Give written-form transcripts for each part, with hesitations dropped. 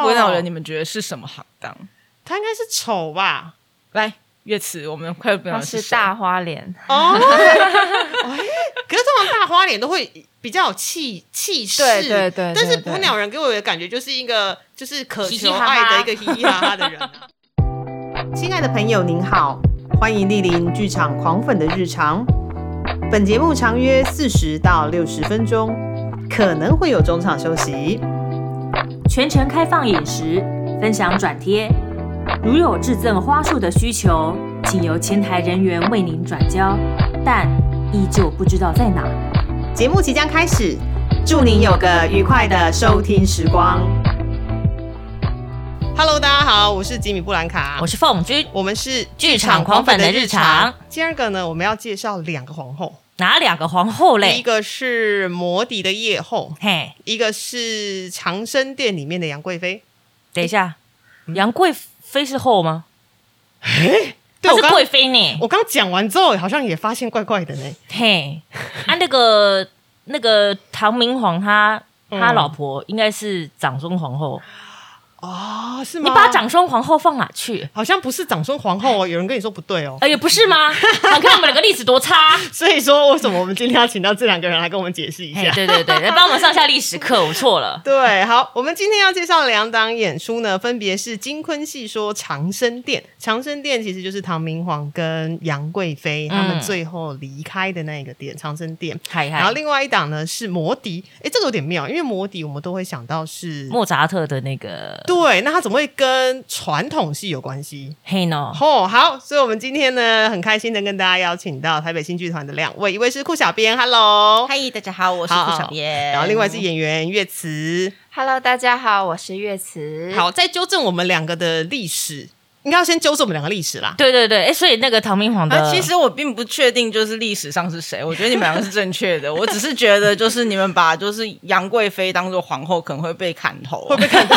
不鸟人你们觉得是什么行当？ 他应该是丑吧？ 来，乐慈，我们快不鸟人是大花脸哦。可是通常大花脸都会比较有气势， 对， 但是捕鸟人给我的感觉就是一个就是渴求爱的一个嘻嘻哈哈的人啊。亲爱的朋友您好，欢迎莅临剧场狂粉的日常。本节目长约40到60分钟，可能会有中场休息， 全程开放饮食，分享转贴。如有致赠花束的需求，请由前台人员为您转交，但依旧不知道在哪。 节目即将开始，祝您有个愉快的收听时光。Hello， 大家好，我是吉米布兰卡， 我是凤君， 我们是剧场狂粉的日常。 第二个呢，我们要介绍2个皇后。 哪2个皇后嘞？ 一个是魔笛的叶后， 嘿， 一个是长生殿里面的杨贵妃。 等一下，杨贵妃是后吗？ 对， 她是贵妃呢。 我刚讲完之后，好像也发现怪怪的呢。 嘿，那个唐明皇他老婆应该是长孙皇后。 哦，是吗？ 你把长孙皇后放哪去？ 好像不是长孙皇后哦，有人跟你说不对哦。 也不是吗？你看我们2个历史多差。 所以说，为什么我们今天要请到这2个人来跟我们解释一下？ 对，来帮我们上下历史课，我错了。 对，好，我们今天要介绍的2档演出呢，分别是金昆戏说《长生殿》。长生殿其实就是唐明皇跟杨贵妃他们最后离开的那个殿，长生殿。然后另外一档呢是魔笛，这个有点妙，因为魔笛我们都会想到是莫扎特的那个。 对，那它怎么会跟传统戏有关系？ 嘿喏， 好，所以我们今天呢，很开心的跟大家邀请到台北新剧团的2位，一位是酷小编 ，Hello， 嗨，大家好，我是酷小编。 然后另外是演员乐慈 ，Hello， 大家好，我是乐慈。 好，在纠正我们2个的历史。应该要先纠正我们2个历史啦。 对，所以那个唐明皇的， 其实我并不确定就是历史上是谁，我觉得你们2个是正确的。我只是觉得就是你们把就是杨贵妃当做皇后，可能会被砍头， 会被砍头。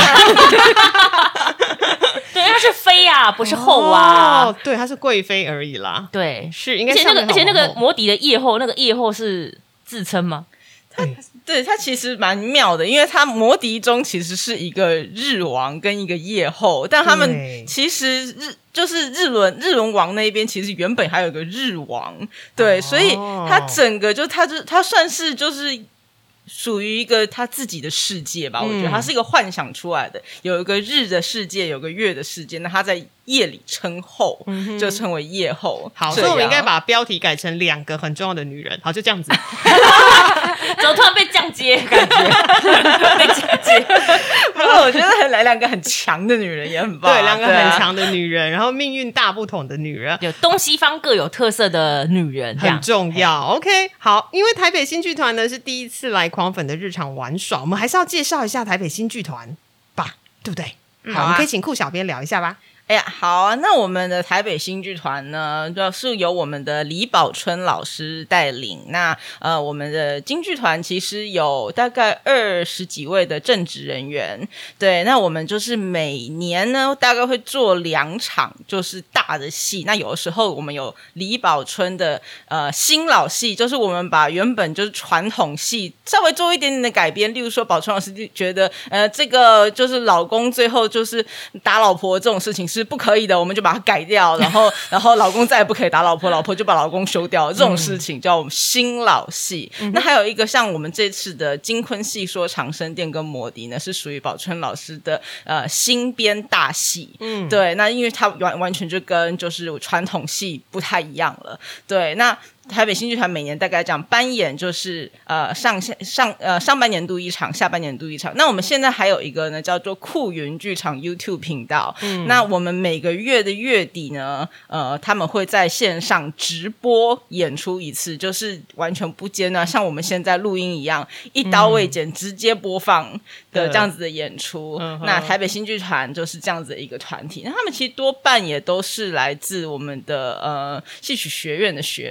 对，她是妃啊，不是后啊。 哦，对，她是贵妃而已啦。 对， 是应该是。 而且那个魔笛的叶后，那个叶后是自称吗？ 对，他其实蛮妙的，因为他魔笛中其实是一个日王跟一个叶后，但他们其实就是日轮王那边其实原本还有一个日王，对，所以他整个他算是就是属于一个他自己的世界吧，我觉得他是一个幻想出来的，有一个日的世界，有个月的世界，那他在夜里称后，就称为夜后。 好，所以我们应该把标题改成2个很重要的女人。好，就这样子。 怎么突然被降阶？感觉被降阶。 不过我觉得来2个很强的女人也很棒。 对，2个很强的女人，然后命运大不同的女人， 有东西方各有特色的女人， 很重要。OK， 好，因为台北新剧团呢是第一次来狂粉的日常玩耍，我们还是要介绍一下台北新剧团吧，对不对？好，我们可以请酷小编聊一下吧。 哎呀，好啊！那我们的台北新剧团呢，就是由我们的李宝春老师带领。那我们的京剧团其实有大概20几位的正职人员。对，那我们就是每年呢，大概会做2场，就是大的戏。那有的时候我们有李宝春的新老戏，就是我们把原本就是传统戏稍微做一点点的改编。例如说，宝春老师觉得这个就是老公最后就是打老婆这种事情是不可以的，我们就把它改掉，然后老公再也不可以打老婆，老婆就把老公休掉，这种事情叫我们新老戏。那还有一个像我们这次的金昆戏说长生殿跟魔笛呢，是属于宝春老师的新编大戏。对，那因为它完全就跟就是传统戏不太一样了。对，那台北新剧团每年大概讲班演就是上半年度1场，下半年度1场。那我们现在还有一个呢，叫做酷云剧场 YouTube 频道。那我们每个月的月底呢，他们会在线上直播演出一次，就是完全不间断，像我们现在录音一样，一刀未剪，直接播放的这样子的演出。那台北新剧团就是这样子的一个团体。那他们其实多半也都是来自我们的戏曲学院的学生。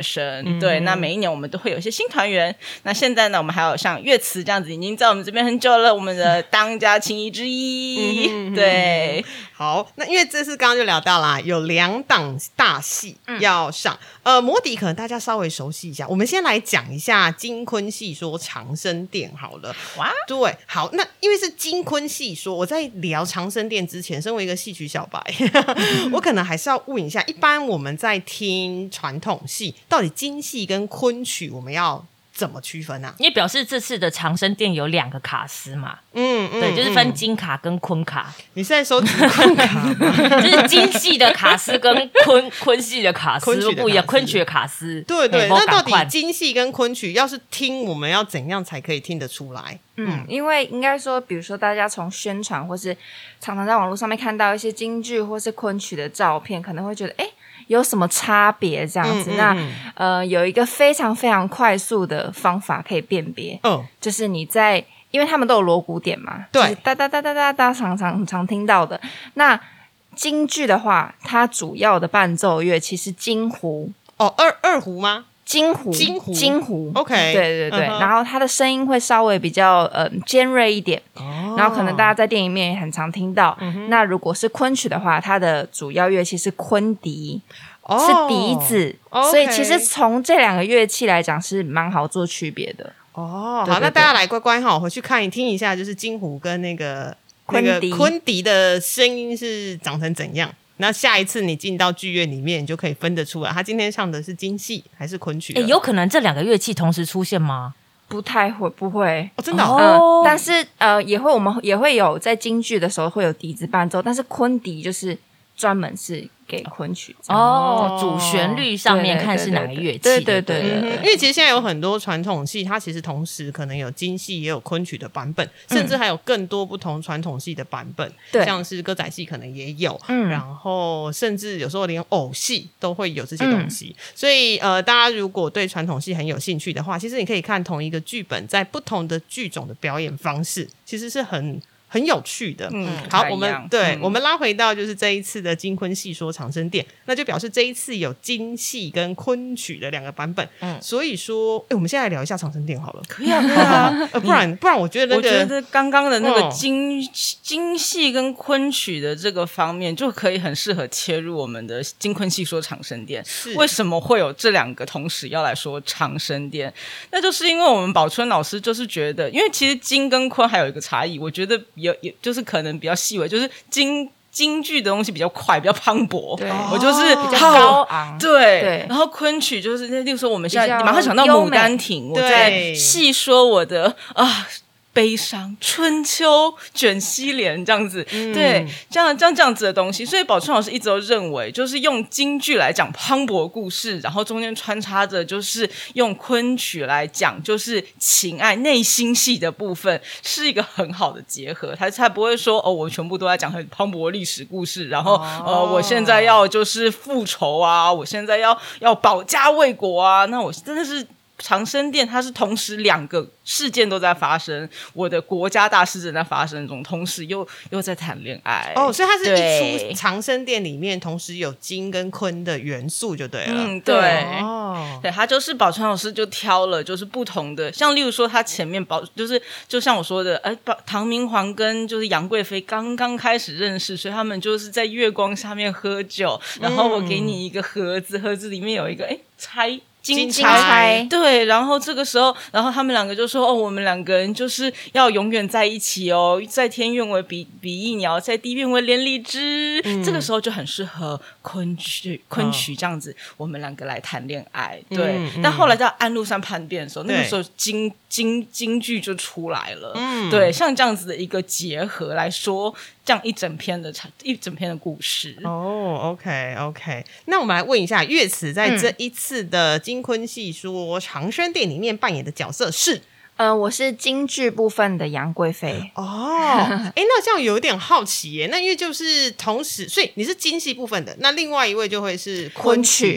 对，那每一年我们都会有一些新团员。那现在呢，我们还有像乐词这样子，已经在我们这边很久了，我们的当家青衣之一。对， 好，那因为这次刚刚就聊到啦，有2档大戏要上。魔笛可能大家稍微熟悉一下，我们先来讲一下金昆戏说长生殿好了。 哇， 对，好，那因为是金昆戏说，我在聊长生殿之前，身为一个戏曲小白，我可能还是要问一下，一般我们在听传统戏，到底京戏跟昆曲我们要怎么区分啊？ 因为表示这次的长生殿有2个卡司嘛，对，就是分金卡跟昆卡。 你是在说昆卡吗？ 就是金系的卡司跟昆系的卡司不一样，昆曲的卡司。 对对，那到底金戏跟昆曲要是听，我们要怎样才可以听得出来？ 因为应该说，比如说大家从宣传或是常常在网络上面看到一些京剧或是昆曲的照片，可能会觉得有什么差别这样子。那有一个非常非常快速的方法可以辨别，就是你在，因为他们都有锣鼓点嘛， 对， 就是哒哒哒哒哒哒，常听到的。那京剧的话，它主要的伴奏乐器是京胡。 二胡吗？ 京胡 OK， 对对对，然后它的声音会稍微比较尖锐一点，然后可能大家在电影里面也很常听到。那如果是昆曲的话，它的主要乐器是昆笛，是笛子，所以其实从这2个乐器来讲是蛮好做区别的。 好，那大家来乖乖回去听一下，就是京胡跟那个昆笛的声音是长成怎样。那下一次你进到剧院里面，你就可以分得出来，他今天唱的是京戏还是昆曲。 有可能这2个乐器同时出现吗？ 不太会，不会真的但是我们也会有在京剧的时候会有笛子伴奏，但是昆笛就是专门是给昆曲主旋律上面看是哪个乐器。 对， 因为其实现在有很多传统戏，它其实同时可能有京戏也有昆曲的版本，甚至还有更多不同传统戏的版本，像是歌仔戏可能也有，然后甚至有时候连偶戏都会有这些东西。所以大家如果对传统戏很有兴趣的话，其实你可以看同一个剧本在不同的剧种的表演方式，其实是很有趣的。好，我们拉回到就是这一次的金昆戏说长生殿，那就表示这一次有京戏跟昆曲的2个版本。所以说我们现在来聊一下长生殿好了。 可以啊不然我觉得我觉得刚刚的那个京戏跟昆曲的这个方面就可以很适合切入我们的金昆戏说长生殿。为什么会有这2个同时要来说长生殿？那就是因为我们宝春老师就是觉得，因为其实京跟昆还有一个差异，我觉得也就是可能比较细微，就是京剧的东西比较快，比较磅礴，我就是比较高昂， 对。然后昆曲就是，例如说我们现在马上想到《牡丹亭》，我在细说我的悲伤春秋卷西帘这样子，对，这样子的东西。所以宝春老师一直都认为，就是用京剧来讲磅礴故事，然后中间穿插着就是用昆曲来讲就是情爱内心戏的部分，是一个很好的结合。他才不会说我全部都在讲很磅礴历史故事，然后我现在要就是复仇啊，我现在要保家卫国啊，那我真的是。长生殿它是同时2个事件都在发生，我的国家大事正在发生中，同时又在谈恋爱。 所以它是一出长生殿里面同时有京跟昆的元素就对了。 对，对，他就是宝川老师就挑了就是不同的，像例如说他前面就像我说的唐明皇跟就是杨贵妃刚刚开始认识，所以他们就是在月光下面喝酒，然后我给你一个盒子里面有一个金钗，对，然后这个时候，然后他们2个就说我们2个人就是要永远在一起哦，在天愿为比翼鸟，在地愿为连理枝。这个时候就很适合昆曲这样子，我们2个来谈恋爱。对，但后来在安禄山叛变的时候，那个时候京剧就出来了。对，像这样子的一个结合来说，这样一整篇的故事。 OK， 那我们来问一下乐慈在这一次的金昆戏说长生殿里面扮演的角色是我是京剧部分的杨贵妃。 那这样有点好奇耶。那因为就是同时，所以你是京戏部分的，那另外一位就会是昆曲。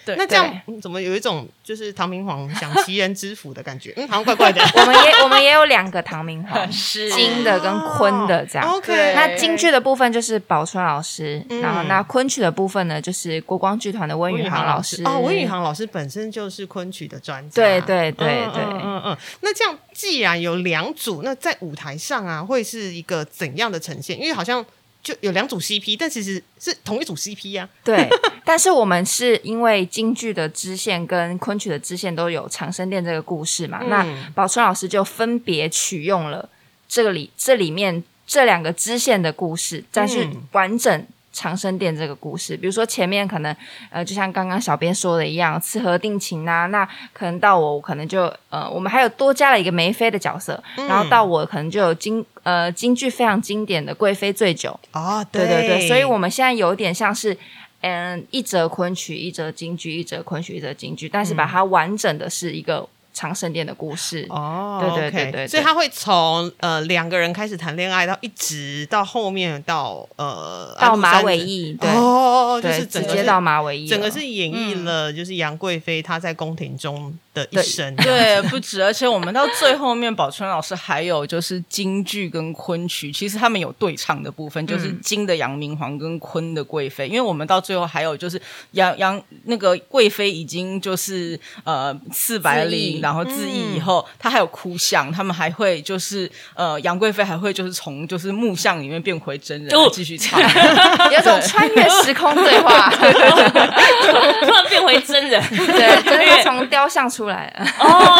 对， 那这样怎么有一种就是唐明皇享其人之福的感觉？好像怪怪的。 我们也有2个唐明皇， 是京的跟昆的这样。 OK， 那京剧的部分就是宝春老师，然后那昆曲的部分呢，就是国光剧团的温宇航老师。 温宇航老师本身就是昆曲的专家。 对对。 那这样既然有2组，那在舞台上啊，会是一个怎样的呈现？因为好像就有2组 CP， 但其实是同一组 CP 啊。 对，但是我们是因为京剧的支线跟昆曲的支线都有长生殿这个故事嘛，那宝春老师就分别取用了这里面这2个支线的故事，再去完整长生殿这个故事。比如说前面可能就像刚刚小编说的一样，刺和定情啊，那可能到我可能就我们还有多加了一个梅妃的角色，然后到我可能就有京剧非常经典的贵妃醉酒。对，所以我们现在有点像是一则昆曲，一则京剧，一则昆曲，一则京剧，但是把它完整的是一个长生殿的故事。对， 所以他会从2个人开始谈恋爱，到一直到后面到马尾驿。对， 就是整个直接到马尾驿， 整个是演绎了就是杨贵妃她在宫廷中的一生。 对，不止，而且我们到最后面，宝春老师还有就是京剧跟昆曲，其实他们有对唱的部分，就是京的杨明皇跟昆的贵妃。因为我们到最后还有就是那个贵妃已经就是刺白绫，然后自缢以后，她还有哭相，他们还会就是杨贵妃还会就是从就是木像里面变回真人继续唱， 有种穿越时空对话， 突然变回真人， 对，就是他从雕像出来了。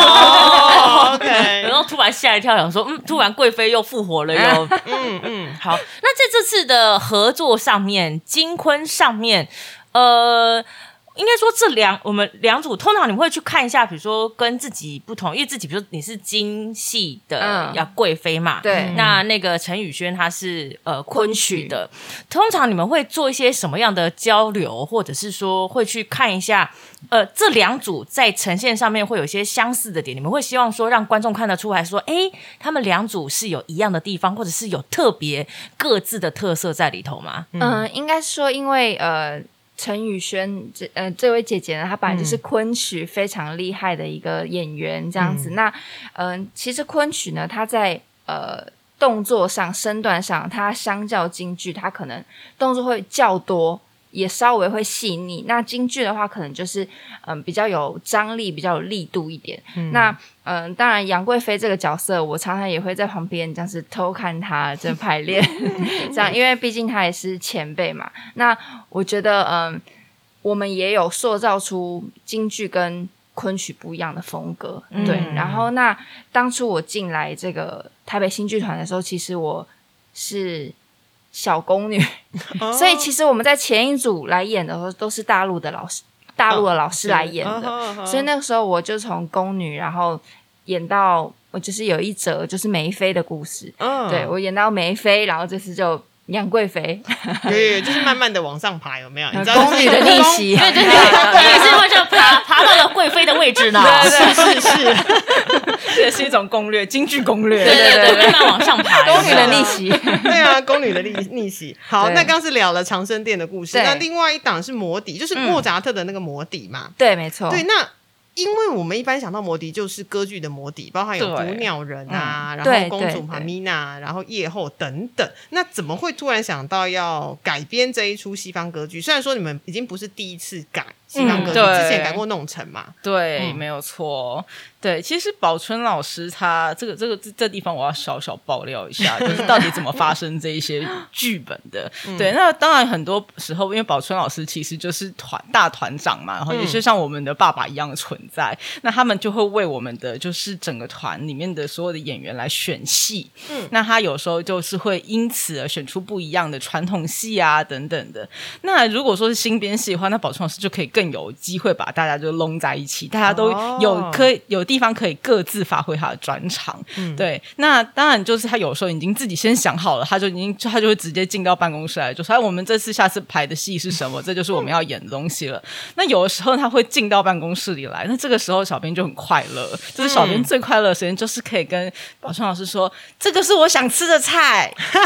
OK， 然后突然吓一跳，想说突然贵妃又复活了又。好，那在这次的合作上面，京昆上面，应该说我们2组通常你们会去看一下，比如说跟自己不同，因为自己比如说你是京戏的贵妃嘛， 对， 那个陈宇轩他是昆曲的，通常你们会做一些什么样的交流，或者是说会去看一下这2组在呈现上面会有一些相似的点，你们会希望说让观众看得出来说他们2组是有一样的地方，或者是有特别各自的特色在里头吗？ 应该说因为陈宇轩这位姐姐呢，她本来就是昆曲非常厉害的一个演员这样子。那其实昆曲呢，它在动作上身段上，它相较京剧，它可能动作会较多，也稍微会细腻。那京剧的话可能就是比较有张力，比较有力度一点。那当然杨贵妃这个角色我常常也会在旁边这样子偷看她这排练这样，因为毕竟她也是前辈嘛。那我觉得我们也有塑造出京剧跟昆曲不一样的风格。对，然后那当初我进来这个台北新剧团的时候，其实我是小宫女所以其实我们在前一组来演的时候都是大陆的老师来演的，所以那个时候我就从宫女然后演到我就是有一则就是梅妃的故事。对，我演到梅妃，然后这次就杨贵妃， 有就是慢慢的往上爬，有没有？你知道宫女的逆袭， 对，你也是会就爬到了贵妃的位置呢。 是， 这也是一种攻略，京剧攻略。 对，慢慢往上爬， 宫女的逆袭。 对啊，宫女的逆袭。好，那刚是聊了长生殿的故事，那另外一档是魔笛，就是莫扎特的那个魔笛嘛。 对，没错。 对，那因为我们一般想到魔笛就是歌剧的魔笛，包含有捕鸟人啊，然后公主帕米娜，然后夜后等等。那怎么会突然想到要改编这一出西方歌剧？虽然说你们已经不是第一次改西方歌剧，之前改过弄臣嘛。 对，没有错。对，其实宝春老师他这地方我要小小爆料一下，就是到底怎么发生这一些剧本的。对，那当然很多时候因为宝春老师其实就是大团长嘛，然后也是像我们的爸爸一样的存在，那他们就会为我们的就是整个团里面的所有的演员来选戏。那他有时候就是会因此而选出不一样的传统戏啊等等的。那如果说是新编戏的话，那宝春老师就可以更有机会把大家就拢在一起，大家都有地方可以各自发挥他的专长。对，那当然就是他有时候已经自己先想好了，他就会直接进到办公室来就说我们下次排的戏是什么，这就是我们要演的东西了。那有的时候他会进到办公室里来，那这个时候小编就很快乐，就是小编最快乐的时间就是可以跟宝春老师说这个是我想吃的菜对，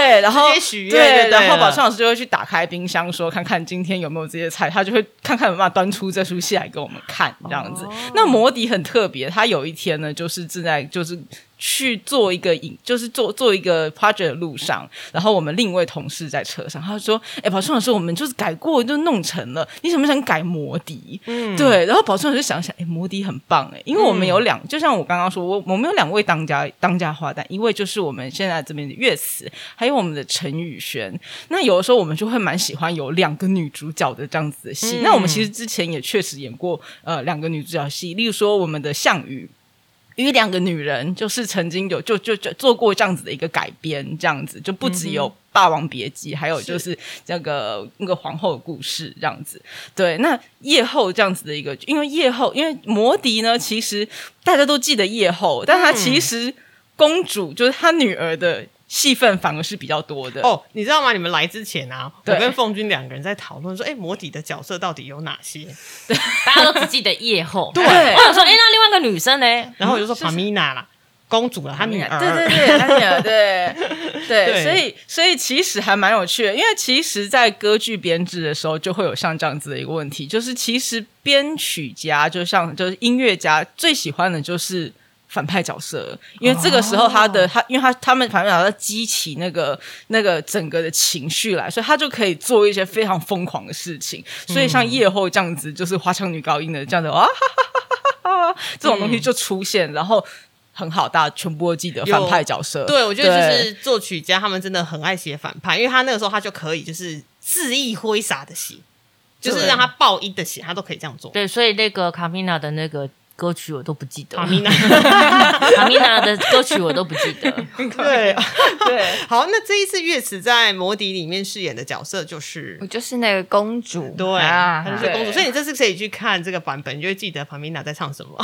对，然后直接许愿， 然后宝春老师就会去打开冰箱，说看看今天有没有这些菜，他就会看看有没有办法端出这出戏来给我们看，这样子。那摩迪很特别，他有一天呢，就是正在去做一个就是做一个 project 的路上，然后我们另一位同事在车上，他就说：“宝春老师，我们就是改过就弄成了，你想不想改摩迪？”对，然后宝春老师想想，摩迪很棒因为我们有就像我刚刚说，我们有2位当家花旦，一位就是我们现在这边的岳慈，还有我们的陈宇轩。那有的时候我们就会蛮喜欢有2个女主角的这样子的戏。那我们其实之前也确实演过2个女主角戏，例如说我们的项羽与2个女人，就是曾经有就做过这样子的一个改编，这样子就不只有霸王别姬，还有就是那个皇后的故事这样子。对，那夜后这样子的一个，因为摩迪呢，其实大家都记得夜后，但她其实公主就是她女儿的戏份反而是比较多的你知道吗？你们来之前啊，我跟凤君2个人在讨论说，摩迪的角色到底有哪些？ 大家都只记得夜后。 对， 我想说，那另外一个女生呢？ 然后我就说 Pamina 啦，公主啦，她女儿。 对，她女儿，对，所以其实还蛮有趣的，因为其实，在歌剧编制的时候，就会有像这样子的一个问题，就是其实编曲家就是音乐家最喜欢的就是反派角色，因为这个时候因为他们反派角色激起那个整个的情绪来，所以他就可以做一些非常疯狂的事情。所以像夜后这样子，就是花腔女高音的这样的这种东西就出现，然后很好，大家全部都记得反派角色。 对，我觉得就是作曲家他们真的很爱写反派，因为他那个时候他就可以就是恣意挥洒的写，就是让他爆音的写，他都可以这样做。 对，所以那个卡米娜的那个歌曲我都不记得， 卡米娜的歌曲我都不记得。 对，好，那这一次岳慈在摩迪里面饰演的角色我就是那个公主， 对，她就是公主，所以你这次可以去看这个版本，你就会记得卡米娜在唱什么。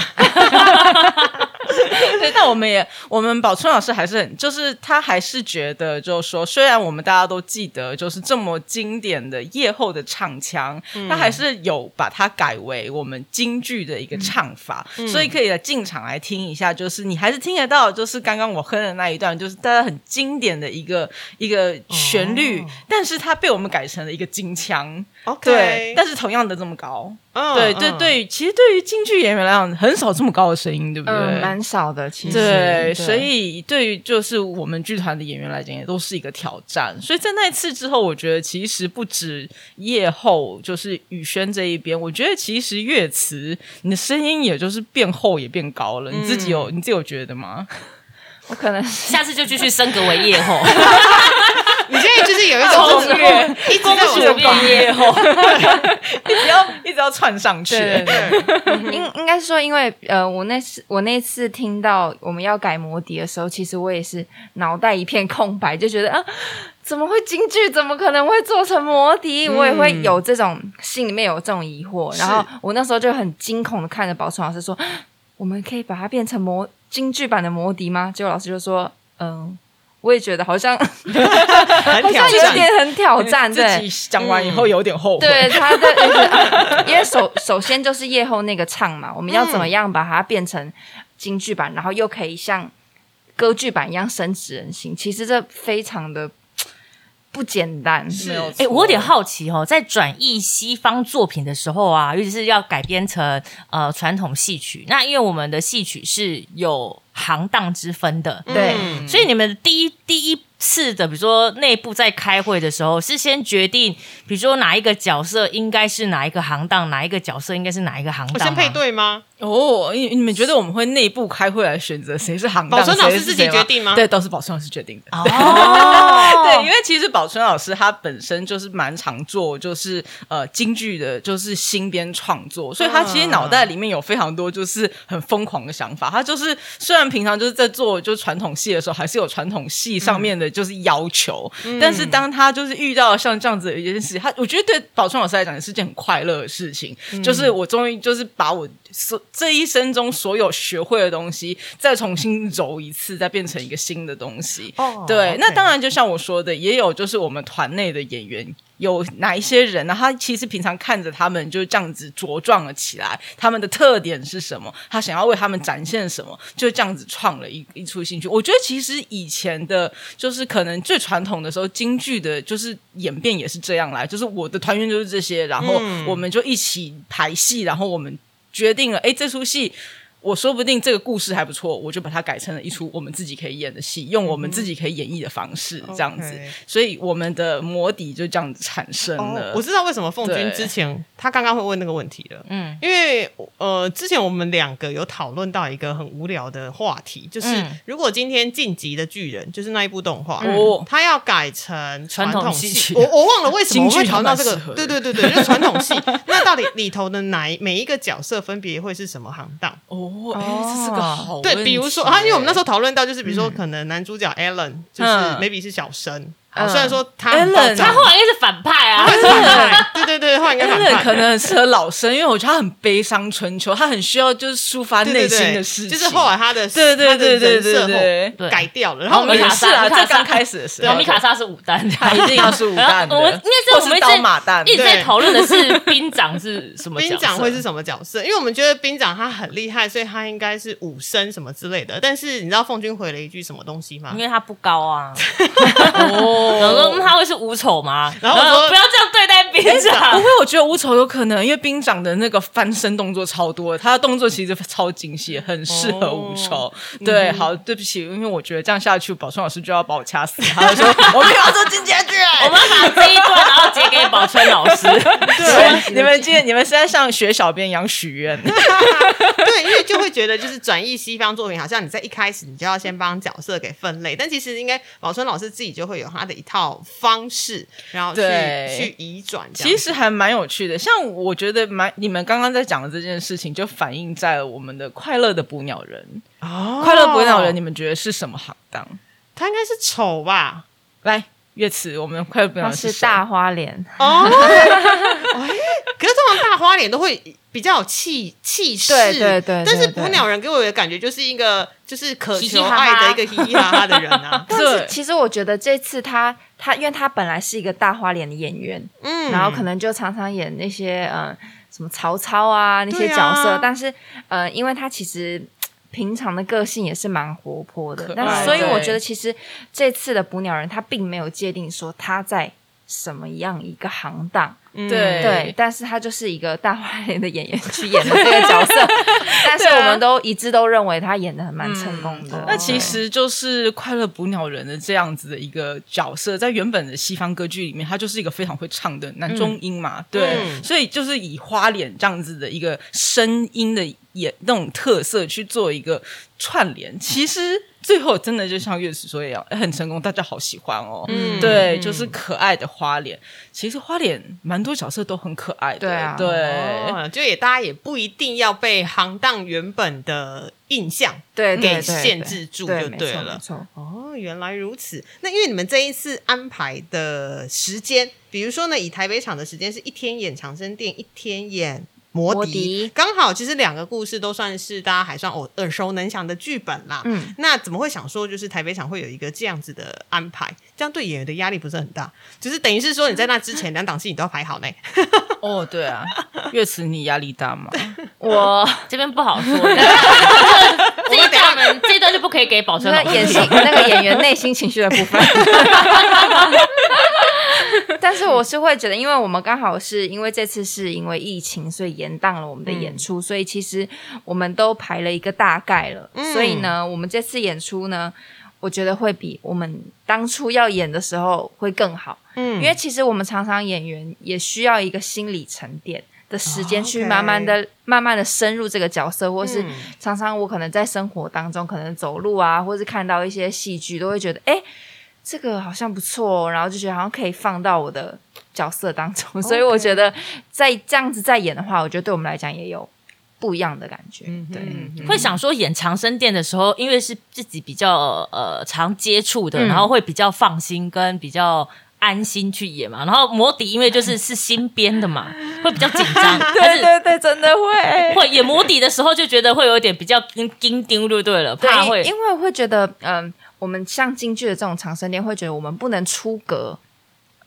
对，但我们宝春老师还是就是他还是觉得，就是说，虽然我们大家都记得，就是这么经典的夜后的唱腔，他还是有把它改为我们京剧的一个唱法，所以可以来进场来听一下，就是你还是听得到，就是刚刚我哼的那一段，就是大家很经典的一个旋律，但是它被我们改成了一个京腔。对，但是同样的这么高。对，其实对于京剧演员来讲，很少这么高的声音，对不对？ 蛮少的，其实。 对，所以对于就是我们剧团的演员来讲，也都是一个挑战。所以在那次之后，我觉得其实不止夜后，就是宇轩这一边，我觉得其实岳慈，你的声音也就是变厚也变高了。你自己有觉得吗？ 我可能下次就继续升格为夜后。 你现在就是有一种一直在往上变夜后， 一直要窜上去。 应该说，因为我那次听到我们要改摩迪的时候，其实我也是脑袋一片空白，就觉得怎么会京剧怎么可能会做成摩迪？我也会有这种心里面有这种疑惑。然后我那时候就很惊恐的看着宝春老师说：“我们可以把它变成京剧版的摩迪吗？”结果老师就说：“我也觉得好像有点很挑战， 自己讲完以后有点后悔。 对，他的因为首先就是夜后那个唱嘛，我们要怎么样把它变成京剧版，然后又可以像歌剧版一样深植人心？其实这非常的不简单。 我有点好奇在转译西方作品的时候啊，尤其是要改编成传统戏曲，那因为我们的戏曲是有行当之分的， 对， 所以你们第一次的，比如说内部在开会的时候，是先决定，比如说哪一个角色应该是哪一个行当，哪一个角色应该是哪一个行当吗？ 我先配对吗？ 你们觉得我们会内部开会来选择谁是行当？ 宝春老师自己决定吗？ 对，都是宝春老师决定的。对，因为其实宝春老师他本身就是蛮常做，就是京剧的，就是新编创作，所以他其实脑袋里面有非常多就是很疯狂的想法。他就是虽然平常就是在做就是传统戏的时候，还是有传统戏上面的就是要求，但是当他就是遇到像这样子的一件事，我觉得对宝春老师来讲也是件很快乐的事情，就是我终于就是把我这一生中所有学会的东西再重新揉一次，再变成一个新的东西。对，那当然就像我说的，也有就是我们团内的演员有哪一些人呢？他其实平常看着他们就这样子茁壮了起来，他们的特点是什么？他想要为他们展现什么？就这样子创了一出新剧。我觉得其实以前的，就是可能最传统的时候，京剧的就是演变也是这样来，就是我的团员就是这些，然后我们就一起排戏，然后我们决定了，这出戏。我说不定这个故事还不错，我就把它改成了一出我们自己可以演的戏，用我们自己可以演绎的方式，这样子。所以我们的魔笛就这样子产生了。 我知道为什么凤君之前他刚刚会问那个问题了，因为之前我们两个有讨论到一个很无聊的话题，就是如果今天晋级的巨人就是那一部动画，他要改成传统戏，我忘了为什么我会讨论到这个，对，就是传统戏。那到底里头的每一个角色分别会是什么行当？ 这是个好问题。 对，比如说因为我们那时候讨论到，就是比如说可能男主角 Alan 就是 maybe 是小生。虽然说他后来应该是反派啊， 对，后来应该反派， 可能很适合老生，因为我觉得他很悲伤春秋，他很需要就是抒发内心的事情。 就是后来他的对人设改掉了，然后米卡莎这刚开始的时候， 然后米卡莎是武旦， 他一定要是武旦的， 应该是我们刀马旦一直在讨论的是兵长是什么角色， 兵长会是什么角色？因为我们觉得兵长他很厉害，所以他应该是武生什么之类的。但是你知道凤君回了一句什么东西吗？ 因为他不高啊。我说他会是无丑吗？ 然后我说不要这样对待兵长。 不会，我觉得无丑有可能，因为兵长的那个翻身动作超多，他的动作其实超精细，很适合无丑。对，好，对不起，因为我觉得这样下去，宝春老师就要把我掐死。他就说我没有做进阶剧， 我们把这一段然后截给宝春老师。 对，你们是在像学小编一样许愿。 对，因为就会觉得就是转译西方作品，好像你在一开始你就要先帮角色给分类，但其实应该宝春老师自己就会有他的一套方式，然后去移转。 其实还蛮有趣的，像我觉得你们刚刚在讲的这件事情，就反映在了我们的快乐的捕鸟人。快乐捕鸟人，你们觉得是什么行当？ 他应该是丑吧？ 来，乐慈，我们快乐捕鸟人是大花脸可是通常大花脸都会比较有气势， 对， 但是捕鸟人给我的感觉就是一个就是渴求爱的一个嘻嘻哈哈的人啊。 但是其实我觉得这次他因为他本来是一个大花脸的演员，然后可能就常常演那些什么曹操啊那些角色，但是因为他其实平常的个性也是蛮活泼的，但所以我觉得其实这次的捕鸟人他并没有界定说他在什么样一个行当。对，但是他就是一个大花脸的演员去演的这个角色，但是我们都一致都认为他演的蛮成功的。 那其实就是快乐捕鸟人的这样子的一个角色，在原本的西方歌剧里面，他就是一个非常会唱的男中音嘛，对，所以就是以花脸这样子的一个声音的那种特色去做一个串联，其实最后真的就像乐慈说一样，很成功，大家好喜欢哦。对，就是可爱的花脸。其实花脸蛮多角色都很可爱的，对， 就大家也不一定要被行当原本的印象给限制住就对了。原来如此。那因为你们这一次安排的时间，比如说呢，以台北场的时间是一天演长生殿，一天演魔笛，刚好其实两个故事都算是大家还算耳熟能详的剧本啦。那怎么会想说就是台北场会有一个这样子的安排？这样对演员的压力不是很大？就是等于是说你在那之前两档戏你都要排好呢。 对啊，乐慈你压力大吗？ 我这边不好说。这一段就不可以给宝春老师那个演员内心情绪的部分。但是我是会觉得，因为我们刚好是因为这次是因为疫情，所以延宕了我们的演出，所以其实我们都排了一个大概了。所以呢，我们这次演出呢，我觉得会比我们当初要演的时候会更好。因为其实我们常常演员也需要一个心理沉淀的时间，去慢慢的深入这个角色，或是常常我可能在生活当中，可能走路啊，或是看到一些戏剧，都会觉得这个好像不错然后就觉得好像可以放到我的角色当中，所以我觉得在这样子再演的话，我觉得对我们来讲也有不一样的感觉。对， 会想说演长生殿的时候，因为是自己比较常接触的，然后会比较放心跟比较安心去演嘛，然后魔笛因为是新编的嘛，会比较紧张。 对，真的会演魔笛的时候就觉得会有点比较紧张就对了，怕会， 因为会觉得我们像京剧的这种长生殿，会觉得我们不能出格，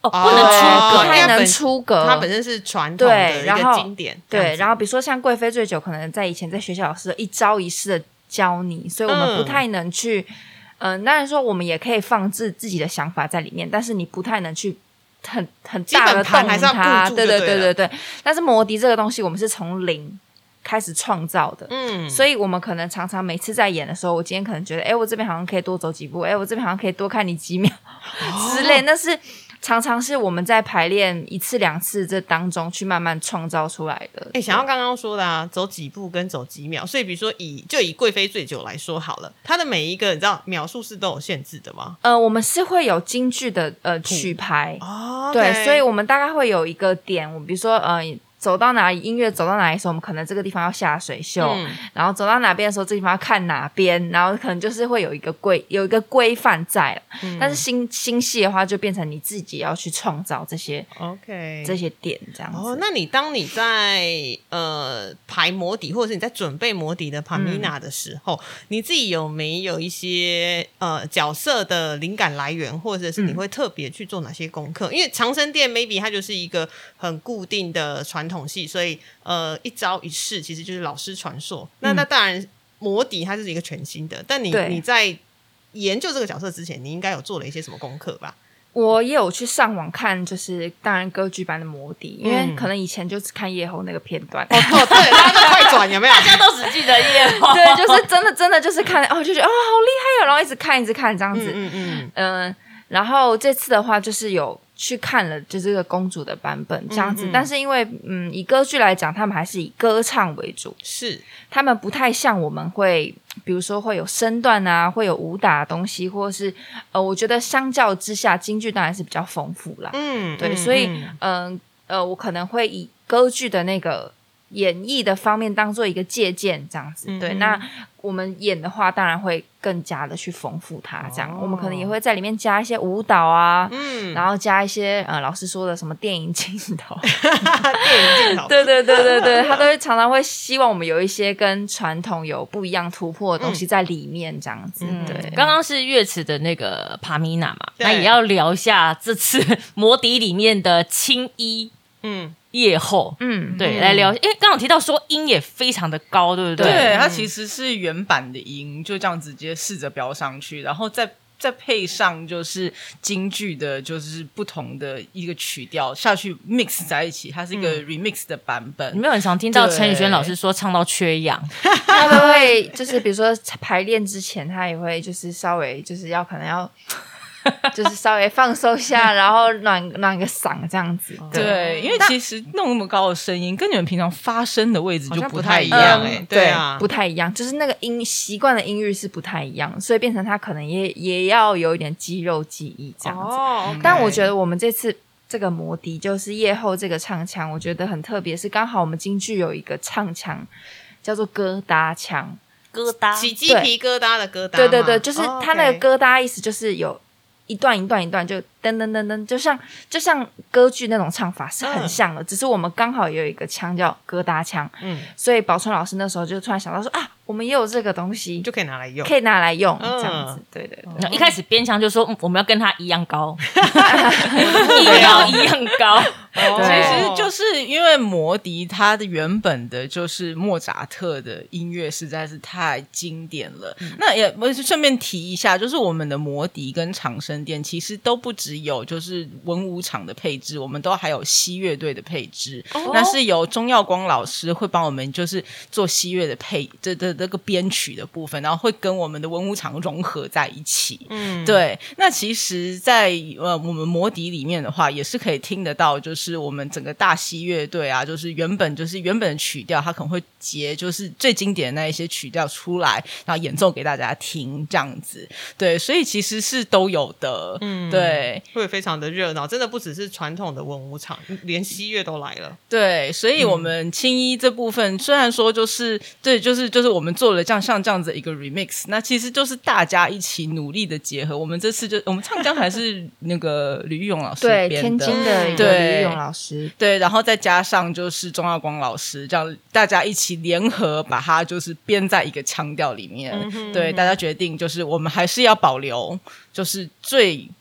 不能出格， 不太能出格。 它本身是传统的一个经典， 对，然后比如说像贵妃醉酒，可能在以前在学校老师一招一式的教你，所以我们不太能去，当然说我们也可以放置自己的想法在里面，但是你不太能去很大的动它，对。但是魔笛这个东西，我们是从零开始创造的，所以我们可能常常每次在演的时候，我今天可能觉得，我这边好像可以多走几步，我这边好像可以多看你几秒之类，那是常常是我们在排练1次2次这当中去慢慢创造出来的。 想要刚刚说的啊，走几步跟走几秒，所以比如说以贵妃醉酒来说好了，它的每一个你知道秒数是都有限制的吗？ 我们是会有京剧的曲牌对，所以我们大概会有一个点，我比如说走到哪里，音乐走到哪里的时候，我们可能这个地方要下水袖，然后走到哪边的时候，这地方要看哪边，然后可能就是会有一个规范在，但是新戏的话，就变成你自己要去创造这些点这样子。 那当你在排魔笛，或者是你在准备魔笛的 Pamina 的时候，你自己有没有一些角色的灵感来源，或者是你会特别去做哪些功课？因为长生殿 maybe 它就是一个很固定的传统戏，所以一招一式其实就是老师传授。那当然魔笛它是一个全新的，但你在研究这个角色之前，你应该有做了一些什么功课吧？ 我也有去上网看，就是当然歌剧版的魔笛，因为可能以前就只看夜后那个片段。 对，大家都快转有没有？ 大家都只记得夜后。 对，就是真的就是看就觉得好厉害然后一直看这样子。然后这次的话就是有去看了就这个公主的版本这样子，但是因为以歌剧来讲，他们还是以歌唱为主， 是他们不太像我们会比如说会有身段啊，会有武打的东西，或是我觉得相较之下京剧当然是比较丰富啦，对，所以我可能会以歌剧的那个演绎的方面当做一个借鉴这样子，对，那我们演的话当然会更加的去丰富它这样，我们可能也会在里面加一些舞蹈啊，然后加一些老师说的什么电影镜头电影镜头对他都会常常会希望我们有一些跟传统有不一样突破的东西在里面这样子，对。 刚刚是乐池的那个 Pamina 嘛，那也要聊一下这次魔笛里面的青衣夜后，对，来聊，因为刚刚提到说音也非常的高，对不对？ 对，它其实是原版的音，就这样直接试着飙上去，然后再配上就是京剧的，就是不同的一个曲调下去 mix 在一起，它是一个 remix 的版本。 你没有很常听到陈宇轩老师说唱到缺氧， 他都会就是比如说排练之前，他也会就是稍微就是可能要。就是稍微放松下，然后暖个嗓这样子。 对，因为其实弄那么高的声音，跟你们平常发声的位置就不太一样对啊，不太一样，就是那个习惯的音域是不太一样，所以变成他可能也要有一点肌肉记忆这样子。 okay. 但我觉得我们这次这个魔笛就是夜后这个唱腔，我觉得很特别，是刚好我们京剧有一个唱腔叫做疙瘩腔， 疙瘩起鸡皮疙瘩的疙瘩， 对，就是它那个疙瘩意思就是有。一段就噔噔噔噔，就像歌剧那种唱法是很像的，只是我们刚好也有一个腔叫疙瘩腔，所以宝春老师那时候就突然想到说我们也有这个东西， 就可以拿来用， 这样子，对。 一开始编腔就说我们要跟他一样高，也要一样高。 其实就是因为魔笛它的原本的就是莫扎特的音乐实在是太经典了，那也顺便提一下，就是我们的魔笛跟长生殿其实都不只有就是文武场的配置，我们都还有西乐队的配置，那是由钟耀光老师会帮我们就是做西乐的这个编曲的部分，然后会跟我们的文武场融合在一起。对，那其实在我们魔笛里面的话也是可以听得到，就是我们整个大西乐队啊，就是原本的曲调，它可能会截就是最经典的那一些曲调出来，然后演奏给大家听这样子。对，所以其实是都有的。对， 会非常的热闹，真的不只是传统的文武场，连西乐都来了。 对，所以我们青衣这部分虽然说就是对，就是我们做了像这样子一个 remix， 那其实就是大家一起努力的结合。我们这次我们唱腔还是那个吕玉勇老师编的， 对，天津的一个吕玉勇老师， 对，然后再加上就是钟耀光老师，这样大家一起联合把它就是编在一个腔调里面。对，大家决定就是我们还是要保留就是最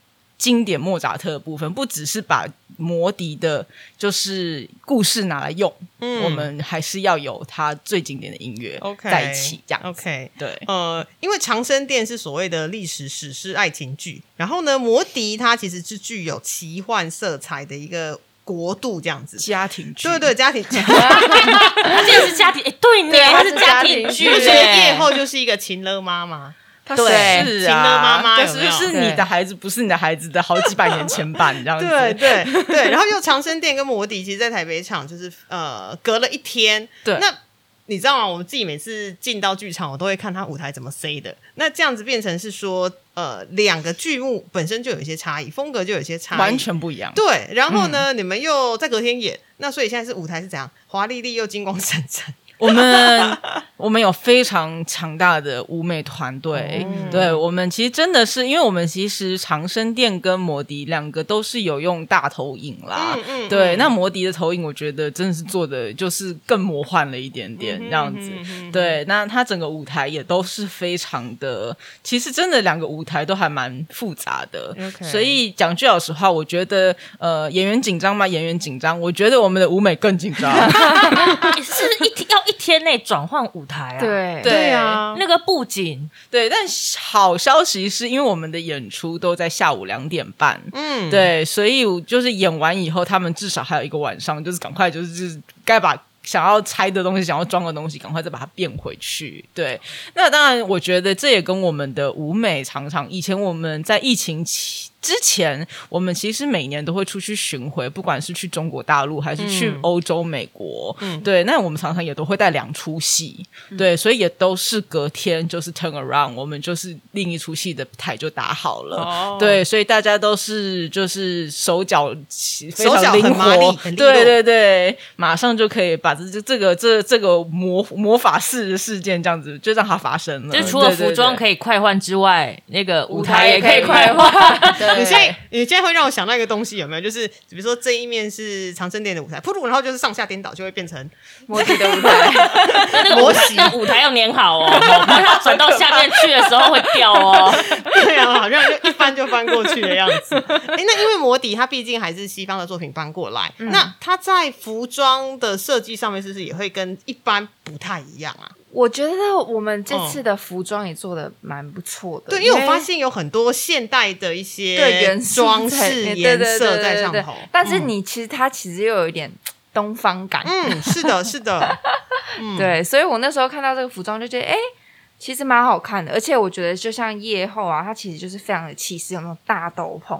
经典莫扎特的部分，不只是把魔笛的就是故事拿来用，我们还是要有它最经典的音乐在一起，这样子。 OK， 对， 因为长生殿是所谓的历史史诗爱情剧，然后呢，魔笛它其实是具有奇幻色彩的一个国度，这样子。 家庭剧， 对，家庭剧， 它竟然是家庭，对呢，它是家庭剧， 我觉得夜后就是一个情勒妈妈。 对，是情勒妈妈就是你的孩子不是你的孩子的好几百年前版这样子。 对，然后又长生殿跟魔笛，其实在台北场就是隔了一天。 对， 那你知道吗？我们自己每次进到剧场，我都会看他舞台怎么塞的。那这样子变成是说，两个剧目本身就有一些差异，风格就有一些差异， 完全不一样。 对，然后呢，你们又在隔天演，那所以现在是舞台是怎样？华丽丽又金光闪闪。 我们有非常强大的舞美团队，对，我们其实真的是，因为我们其实长生殿跟魔笛两个都是有用大投影啦，对，那魔笛的投影我觉得真的是做的就是更魔幻了一点点这样子，对，那它整个舞台也都是非常的，其实真的两个舞台都还蛮复杂的，所以讲句老实话，我觉得演员紧张吗？演员紧张，我觉得我们的舞美更紧张， 是要一天内转换舞台啊， 对啊， 那个布景， 对，但好消息是因为我们的演出都在下午2点半，对，所以就是演完以后，他们至少还有一个晚上，就是赶快就是该把想要拆的东西、想要装的东西，赶快再把它变回去。对，那当然，我觉得这也跟我们的舞美常常以前我们在疫情之前，我们其实每年都会出去巡回，不管是去中国大陆还是去欧洲、美国，对，那我们常常也都会带2出戏，对，所以也都是隔天就是 turn around， 我们就是另一出戏的台就打好了，对，所以大家都是就是手脚非常灵活，对，马上就可以把这个魔法式的事件这样子就让它发生了。 就除了服装可以快换之外，那个舞台也可以快换。 你现在会让我想到一个东西，有没有？就是比如说这一面是长生殿的舞台，噗，然后就是上下颠倒，就会变成魔笛的舞台。 那个舞台要粘好哦，不然它转到下面去的时候会掉哦。 对啊，好像就一翻就翻过去的样子。那因为魔笛它毕竟还是西方的作品搬过来，那它在服装的设计上面是不是也会跟一般不太一样啊？ 我觉得我们这次的服装也做的蛮不错的， 对，因为我发现有很多现代的一些装饰颜色在上头， 但是它其实又有一点东方感， 是的， 对，所以我那时候看到这个服装就觉得，其实蛮好看的，而且我觉得就像夜后啊，它其实就是非常的气势，有那种大斗篷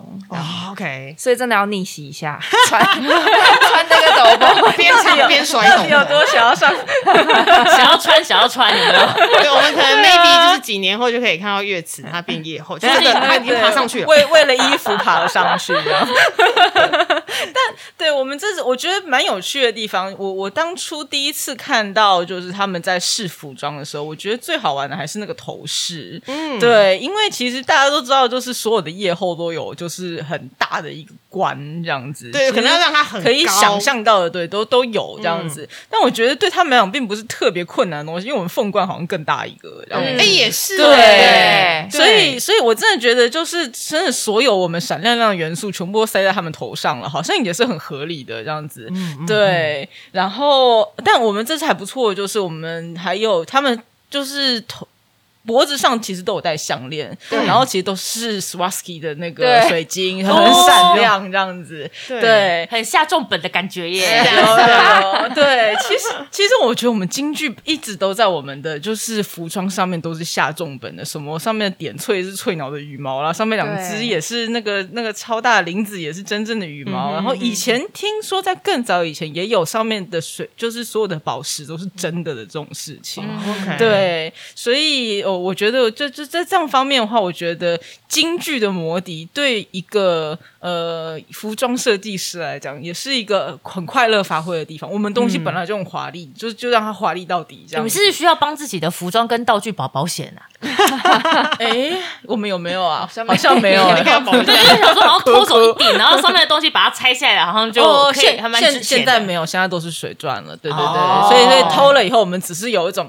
，OK， 所以真的要逆袭一下，穿那个斗篷， 边唱边甩斗篷， 有多想要上， 想要穿，有没有？ 对，我们可能 maybe 就是几年后就可以看到乐池它变夜后，就是它已经爬上去了， 为了衣服爬了上去，这样。但对我们这是我觉得蛮有趣的地方。我当初第一次看到就是他们在试服装的时候，我觉得最好玩的还是那个头饰。对，因为其实大家都知道，就是所有的夜后都有就是很大的一个冠这样子， 对，可能要让它很高， 可以想象到的，对，都有这样子。但我觉得对他们来讲并不是特别困难的东西，因为我们凤冠好像更大一个， 也是， 对，所以我真的觉得就是真的所有我们闪亮亮的元素全部都塞在他们头上了，好像也是很合理的这样子。对，然后但我们这次还不错，就是我们还有他们就是脖子上其实都有戴项链，然后其实都是 Swarovski 的那个水晶，很闪亮这样子，对， 很下重本的感觉耶。 对，其实我觉得我们京剧一直都在我们的就是服装上面都是下重本的，什么上面的点翠是翠鸟的羽毛啦，上面2只也是那个超大的铃子也是真正的羽毛，然后以前听说在更早以前也有上面的水，就是所有的宝石都是真的这种事情。对，所以我觉得就在这样方面的话，我觉得京剧的魔笛对一个服装设计师来讲，也是一个很快乐发挥的地方。我们东西本来就很华丽，就让它华丽到底。这样， 你们是需要帮自己的服装跟道具保险啊？ 我们有没有啊？好像没有。 对，因为想说好像偷走一顶，然后上面的东西把它拆下来，好像就可以还蛮值钱的。 现在没有，现在都是水钻了。对，所以偷了以后，我们只是有一种。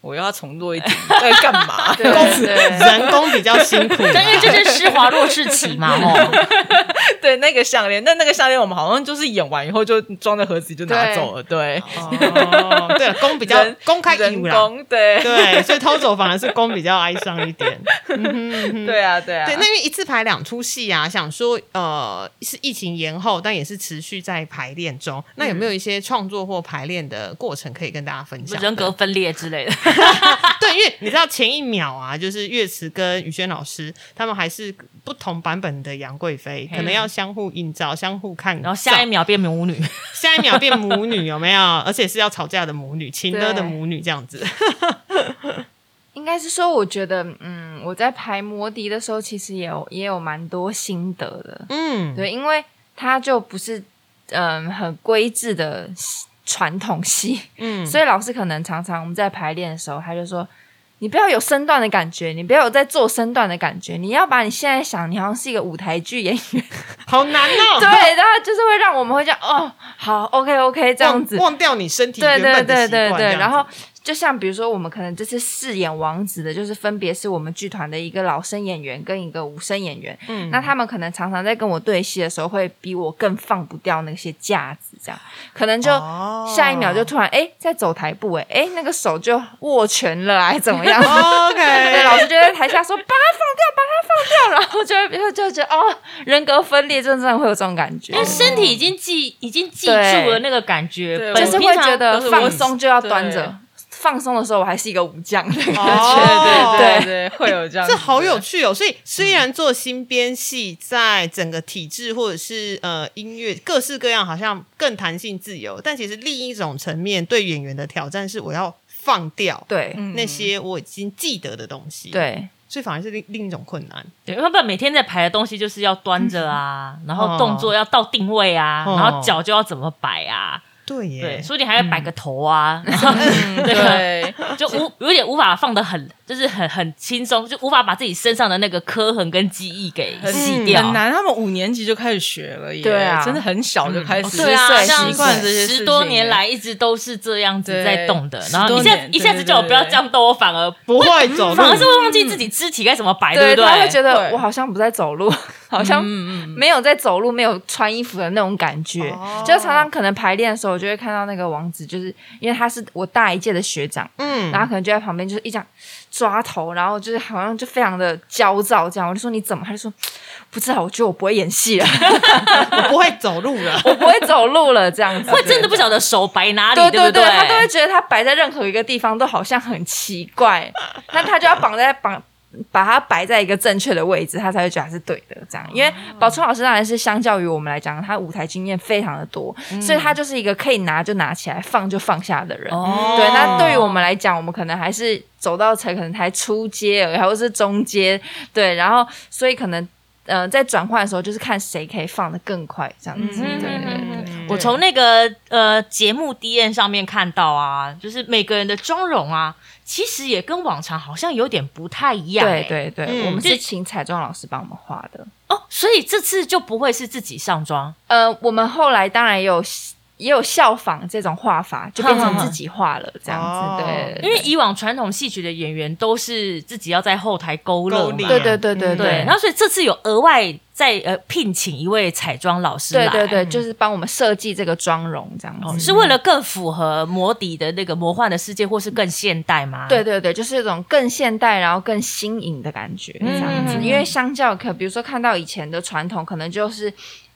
我要重做一顶，在干嘛？ 对人工比较辛苦， 因为这是施华洛世奇嘛， 对，那个项链，那个项链我们好像就是演完以后就装在盒子里就拿走了，对。 对，公比较公开人有啦， 工，对， 所以偷走反而是公比较哀伤一点。 对啊。 对，那因为一次排2出戏啊，想说是疫情延后，但也是持续在排练中。那有没有一些创作或排练的过程可以跟大家分享？ 人格分裂之类的。 对，因为你知道前一秒啊，就是乐慈跟宇轩老师他们还是不同版本的杨贵妃，可能要相互映照、相互看照， 然后下一秒变母女， 下一秒变母女，有没有？而且是要吵架的母女、情勒的母女这样子。 应该是说，我觉得，我在排魔笛的时候，其实也有蛮多心得的。对，因为它就不是很规制的传统戏，所以老师可能常常我们在排练的时候，他就说，你不要有身段的感觉，你不要有在做身段的感觉，你要把你现在想你好像是一个舞台剧演员， 好难哦。 对，然后就是会让我们会这样好 OK 这样子， 忘掉你身体原本的习惯， 对，然后。就像比如说，我们可能这次饰演王子的，就是分别是我们剧团的一个老生演员跟一个武生演员。那他们可能常常在跟我对戏的时候，会比我更放不掉那些架子，这样可能就下一秒就突然在走台步，那个手就握拳了，还怎么样？OK， 对，老师就在台下说把它放掉，然后就觉得人格分裂，真的会有这种感觉， 因为身体已经记住了那个感觉， 就是会觉得放松就要端着。放松的时候，我还是一个武将的感觉，对，会有这样。 这好有趣哦！所以虽然做新编戏，在整个体制或者是音乐各式各样，好像更弹性自由，但其实另一种层面对演员的挑战是，我要放掉那些我已经记得的东西， 对， 所以反而是另一种困难。 对，因为每天在排的东西就是要端着啊，然后动作要到定位啊，然后脚就要怎么摆啊。 对耶， 对，所以你还要摆个头啊， 对， 就有点无法放得很，就是很轻松，就无法把自己身上的那个刻痕跟记忆给洗掉， 很难。他们5年级就开始学了耶， 对啊， 真的很小就开始， 对啊， 习惯这些事情 10多年来一直都是这样子在动的。然后一下子叫我不要这样动，我反而不会走路， 反而是会忘记自己肢体该怎么摆，对不对？ 他会觉得我好像不在走路，好像没有在走路，没有穿衣服的那种感觉。就常常可能排练的时候，我就会看到那个王子，就是因为他是我大一届的学长，然后可能就在旁边就是一讲抓头，然后就是好像就非常的焦躁这样。我就说你怎么？他就说不知道，我觉得我不会演戏了， 我不会走路了， 我不会走路了，这样子会真的不晓得手摆哪里， 对不对？他都会觉得他摆在任何一个地方都好像很奇怪，那他就要把它摆在一个正确的位置，他才会觉得它是对的。这样，因为宝春老师当然是相较于我们来讲，他舞台经验非常的多，所以他就是一个可以拿就拿起来，放就放下的人。对，那对于我们来讲，我们可能还是走到可能才初阶而已，或是中阶。对，然后所以可能在转换的时候，就是看谁可以放得更快，这样子。对。 我从那个节目 DM 上面看到啊，就是每个人的妆容啊，其实也跟往常好像有点不太一样。 对，我们是请彩妆老师帮我们画的哦，所以这次就不会是自己上妆。 我们后来当然也有效仿这种画法，就变成自己画了这样子。对， 因为以往传统戏曲的演员都是自己要在后台勾勒嘛， 对。 然后所以这次有额外再聘请一位彩妆老师来， 对，就是帮我们设计这个妆容这样子， 是为了更符合魔笛的那个魔幻的世界，或是更现代吗？ 对，就是一种更现代，然后更新颖的感觉这样子。因为相较比如说看到以前的传统，可能就是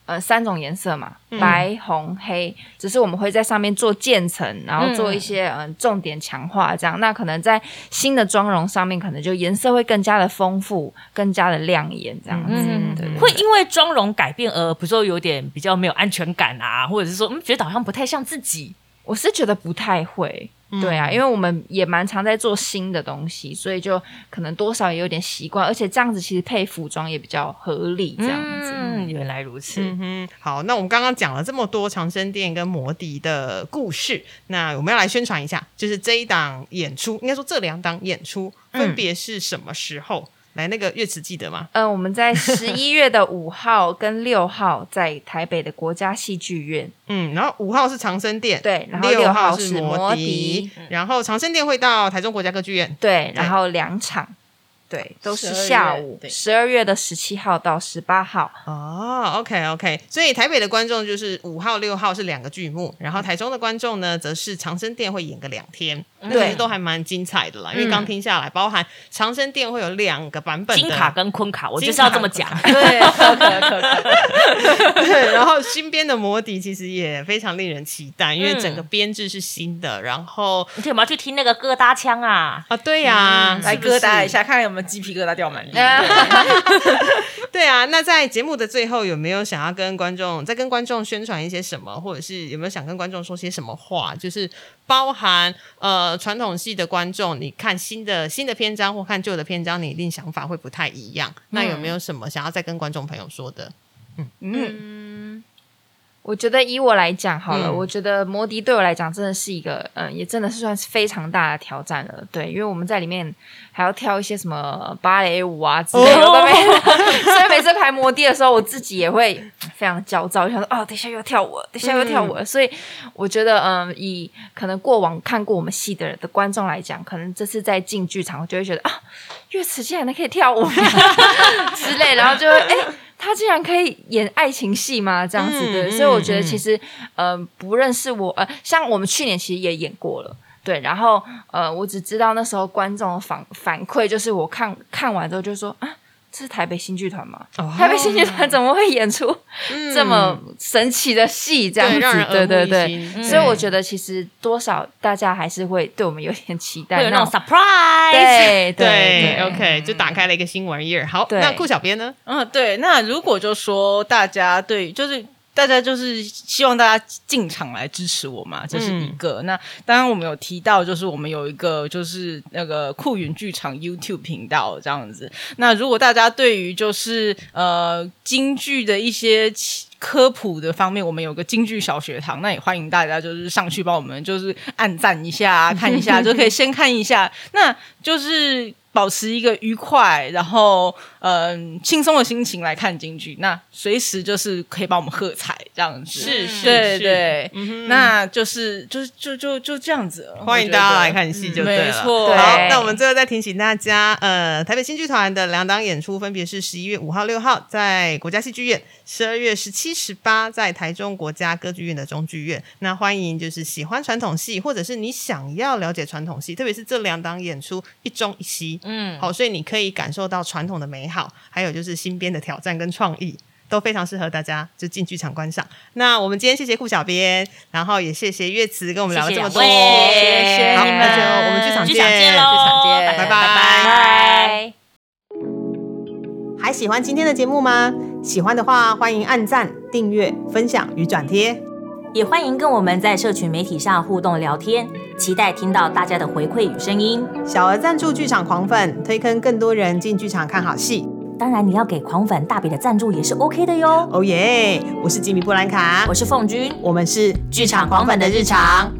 3种颜色嘛，白、红、黑，只是我们会在上面做渐层，然后做一些重点强化这样。那可能在新的妆容上面，可能就颜色会更加的丰富，更加的亮眼这样子。对， 会因为妆容改变而比如说有点比较没有安全感啊，或者是说觉得好像不太像自己。 我是觉得不太会。对啊，因为我们也蛮常在做新的东西，所以就可能多少也有点习惯，而且这样子其实配服装也比较合理这样子。 原来如此。 好，那我们刚刚讲了这么多长生殿跟魔笛的故事，那我们要来宣传一下，就是这一档演出，应该说这2档演出分别是什么时候来那个月池记得吗？ 我们在11月的5号跟6号在台北的国家戏剧院。 然后5号是长生殿， 对，然后 6 号是摩迪，然后长生殿会到台中国家歌剧院， 对，然后2场。对，都是下午，12月的17号到18号。 哦 ，OK， 所以台北的观众就是5号、6号是2个剧目，然后台中的观众呢，则是长生殿会演个2天，那其实都还蛮精彩的啦。因为刚听下来，包含长生殿会有2个版本的金卡跟昆卡，我就是要这么讲。 对， 对，然后新编的摩迪其实也非常令人期待，因为整个编制是新的，然后而且我们要去听那个疙瘩腔啊！ 对呀， 来疙瘩一下，看看有没有鸡皮疙瘩掉满地。 对啊，那在节目的最后，有没有想要跟观众宣传一些什么，或者是有没有想跟观众说些什么话？就是包含传统戏的观众，你看新的篇章或看旧的篇章，你一定想法会不太一样。那有没有什么想要再跟观众朋友说的？ 我觉得以我来讲好了，我觉得摩迪对我来讲真的是一个也真的是算是非常大的挑战了。对，因为我们在里面还要跳一些什么芭蕾舞啊之类的，所以每次排摩迪的时候，我自己也会非常焦躁，就想说等一下又要跳舞了，等一下又要跳舞了。所以我觉得以可能过往看过我们戏的观众来讲，可能这次在进剧场，我就会觉得乐池竟然可以跳舞之类，然后就会他竟然可以演爱情戏吗？这样子的，所以我觉得其实不认识我像我们去年其实也演过了，对，然后我只知道那时候观众的反馈就是我看完之后就说这是台北新剧团吗？台北新剧团怎么会演出这么神奇的戏？这样子，对，所以我觉得其实多少大家还是会对我们有点期待， 会有那种 surprise。 对 ，OK， 就打开了一个新玩意儿。好，那顾小编呢？ 对，那如果就说大家就是希望大家进场来支持我嘛，这是一个。那当然我们有提到，就是我们有一个就是那个酷云剧场 YouTube 频道这样子。那如果大家对于就是京剧的一些科普的方面，我们有个京剧小学堂，那也欢迎大家就是上去帮我们就是按赞一下看一下就可以先看一下，那就是保持一个愉快然后轻松的心情来看京剧，那随时就是可以帮我们喝彩这样子， 是对，那就是就这样子， 欢迎大家来看戏就对了， 没错。 好，那我们最后再提醒大家，台北新剧团的2档演出分别是11月5号、6号在国家戏剧院，12月17、18在台中国家歌剧院的中剧院。那欢迎就是喜欢传统戏，或者是你想要了解传统戏，特别是这2档演出一中一西，好，所以你可以感受到传统的美好，还有就是新编的挑战跟创意，都非常适合大家就进剧场观赏。那我们今天谢谢顾小编，然后也谢谢乐慈跟我们聊了这么多， 谢谢好， 你们， 那就我们剧场见咯， 拜拜。 拜。 还喜欢今天的节目吗？喜欢的话，欢迎按赞、订阅、分享与转贴， 也欢迎跟我们在社群媒体上互动聊天，期待听到大家的回馈与声音。 小额赞助剧场狂粉，推坑更多人进剧场看好戏。 当然，你要给狂粉大笔的赞助也是 OK 的哟。 哦耶！我是吉米布兰卡， 我是凤君， 我们是剧场狂粉的日常。